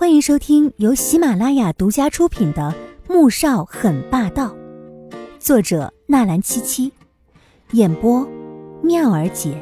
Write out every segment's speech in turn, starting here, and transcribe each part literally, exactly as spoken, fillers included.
欢迎收听由喜马拉雅独家出品的《穆少很霸道》，作者纳兰七七，演播妙儿姐。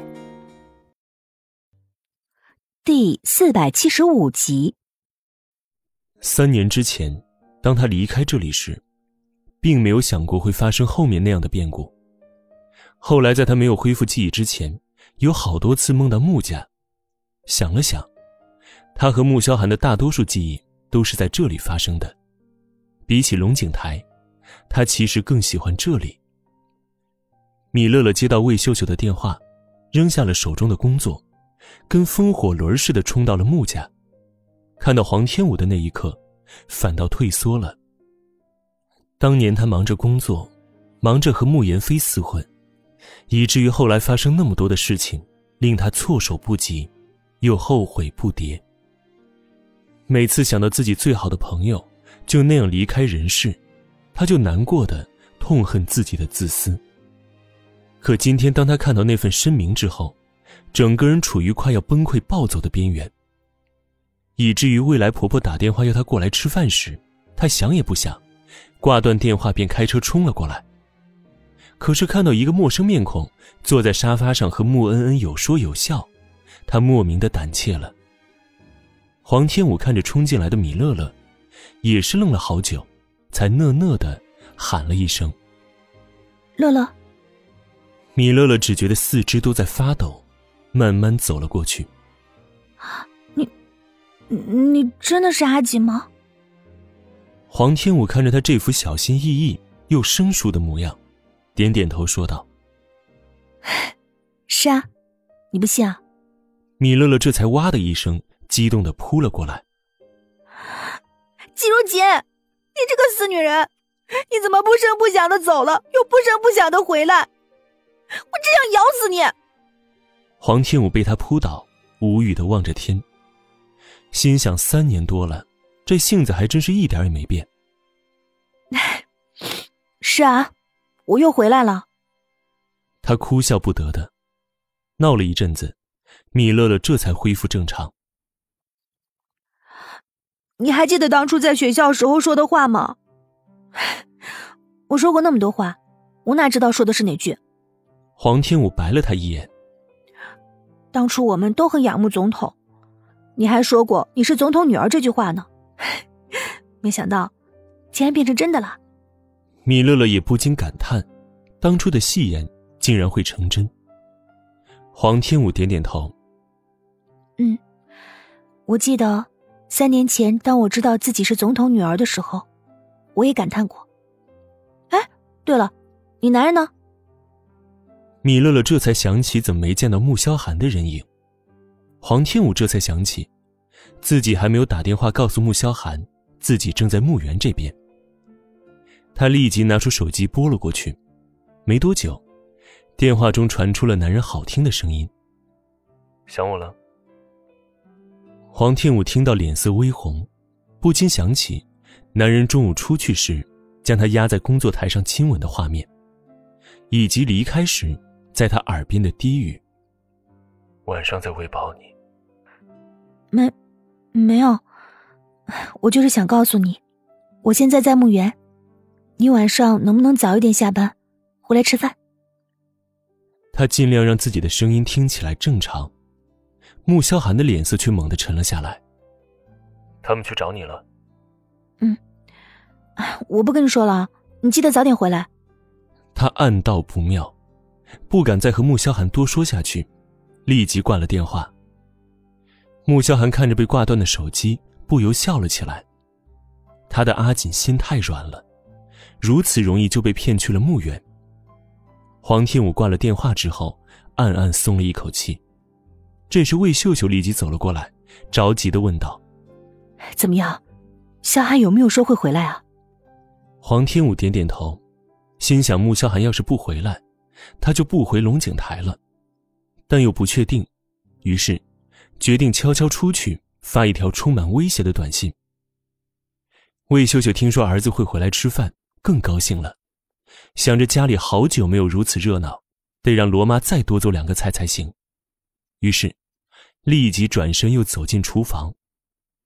第四百七十五集。 三年之前，当他离开这里时，并没有想过会发生后面那样的变故。后来在他没有恢复记忆之前，有好多次梦到穆家。想了想，他和穆萧寒的大多数记忆都是在这里发生的。比起龙井台，他其实更喜欢这里。米乐乐接到魏秀秀的电话，扔下了手中的工作，跟风火轮似的冲到了穆家。看到黄天武的那一刻，反倒退缩了。当年他忙着工作，忙着和穆言飞厮混，以至于后来发生那么多的事情，令他措手不及，又后悔不迭。每次想到自己最好的朋友就那样离开人世，他就难过的痛恨自己的自私。可今天当他看到那份声明之后，整个人处于快要崩溃暴走的边缘，以至于未来婆婆打电话要他过来吃饭时，他想也不想，挂断电话便开车冲了过来。可是看到一个陌生面孔坐在沙发上和穆恩恩有说有笑，他莫名的胆怯了。黄天武看着冲进来的米乐乐，也是愣了好久，才讷讷的喊了一声乐乐。 米乐乐只觉得四肢都在发抖，慢慢走了过去。 你你真的是阿吉吗？ 黄天武看着他这副小心翼翼又生疏的模样，点点头说道： 是啊，你不信啊？ 米乐乐这才哇的一声激动地扑了过来。 季如锦，你这个死女人，你怎么不声不响的走了，又不声不响的回来？我只想咬死你！ 黄天武被他扑倒，无语地望着天，心想三年多了，这性子还真是一点也没变。 是啊，我又回来了。 他哭笑不得的，闹了一阵子，米乐乐这才恢复正常。 你还记得当初在学校时候说的话吗？ 我说过那么多话，我哪知道说的是哪句？ 黄天武白了他一眼。 当初我们都很仰慕总统，你还说过你是总统女儿这句话呢。没想到竟然变成真的了。 米乐乐也不禁感叹，当初的戏言竟然会成真。黄天武点点头。 嗯，我记得三年前当我知道自己是总统女儿的时候，我也感叹过。哎，对了，你男人呢？ 米乐乐这才想起怎么没见到穆萧寒的人影。黄天武这才想起自己还没有打电话告诉穆萧寒自己正在墓园这边。他立即拿出手机拨了过去，没多久，电话中传出了男人好听的声音：想我了？黄天武听到脸色微红，不禁想起男人中午出去时将他压在工作台上亲吻的画面，以及离开时在他耳边的低语：晚上再喂饱你。 没没有，我就是想告诉你，我现在在墓园，你晚上能不能早一点下班回来吃饭？ 他尽量让自己的声音听起来正常，穆萧寒的脸色却猛地沉了下来。他们去找你了？ 嗯，我不跟你说了，你记得早点回来。 他暗道不妙，不敢再和穆萧寒多说下去，立即挂了电话。穆萧寒看着被挂断的手机，不由笑了起来。他的阿锦心太软了，如此容易就被骗去了墓园。黄天武挂了电话之后，暗暗松了一口气。这时魏秀秀立即走了过来，着急地问道： 怎么样，萧寒有没有说会回来啊？ 黄天武点点头，心想穆萧寒要是不回来，他就不回龙井台了，但又不确定，于是决定悄悄出去发一条充满威胁的短信。魏秀秀听说儿子会回来吃饭，更高兴了，想着家里好久没有如此热闹，得让罗妈再多做两个菜才行。于是立即转身又走进厨房。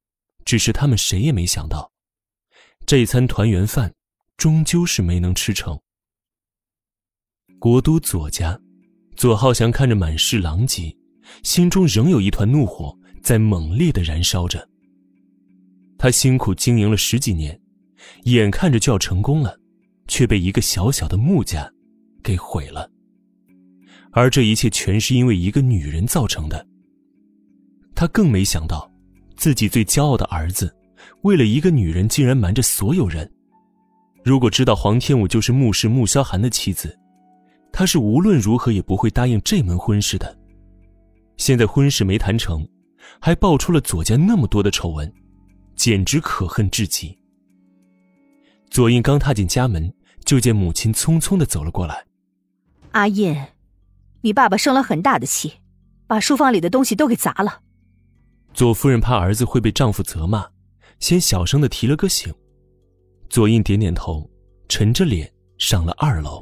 只是他们谁也没想到，这餐团圆饭终究是没能吃成。国都左家，左浩翔看着满是狼藉，心中仍有一团怒火在猛烈地燃烧着。他辛苦经营了十几年，眼看着就要成功了，却被一个小小的穆家给毁了。而这一切全是因为一个女人造成的。他更没想到，自己最骄傲的儿子，为了一个女人竟然瞒着所有人。如果知道黄天武就是穆氏穆萧寒的妻子，他是无论如何也不会答应这门婚事的。现在婚事没谈成，还爆出了左家那么多的丑闻，简直可恨至极。左印刚踏进家门，就见母亲匆匆地走了过来。 阿印，你爸爸生了很大的气，把书房里的东西都给砸了。 左夫人怕儿子会被丈夫责骂，先小声地提了个醒。左印点点头，沉着脸上了二楼。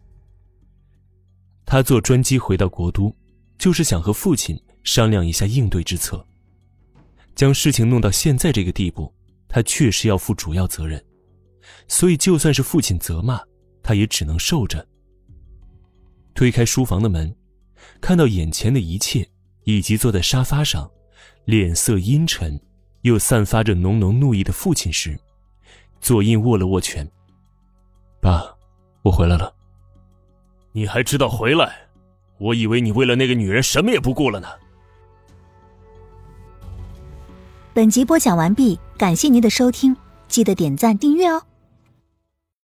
他坐专机回到国都，就是想和父亲商量一下应对之策。将事情弄到现在这个地步，他确实要负主要责任，所以就算是父亲责骂，他也只能受着。推开书房的门，看到眼前的一切，以及坐在沙发上脸色阴沉又散发着浓浓怒意的父亲时，左印握了握拳。爸，我回来了。 你还知道回来？我以为你为了那个女人什么也不顾了呢。 本集播讲完毕，感谢您的收听，记得点赞订阅哦。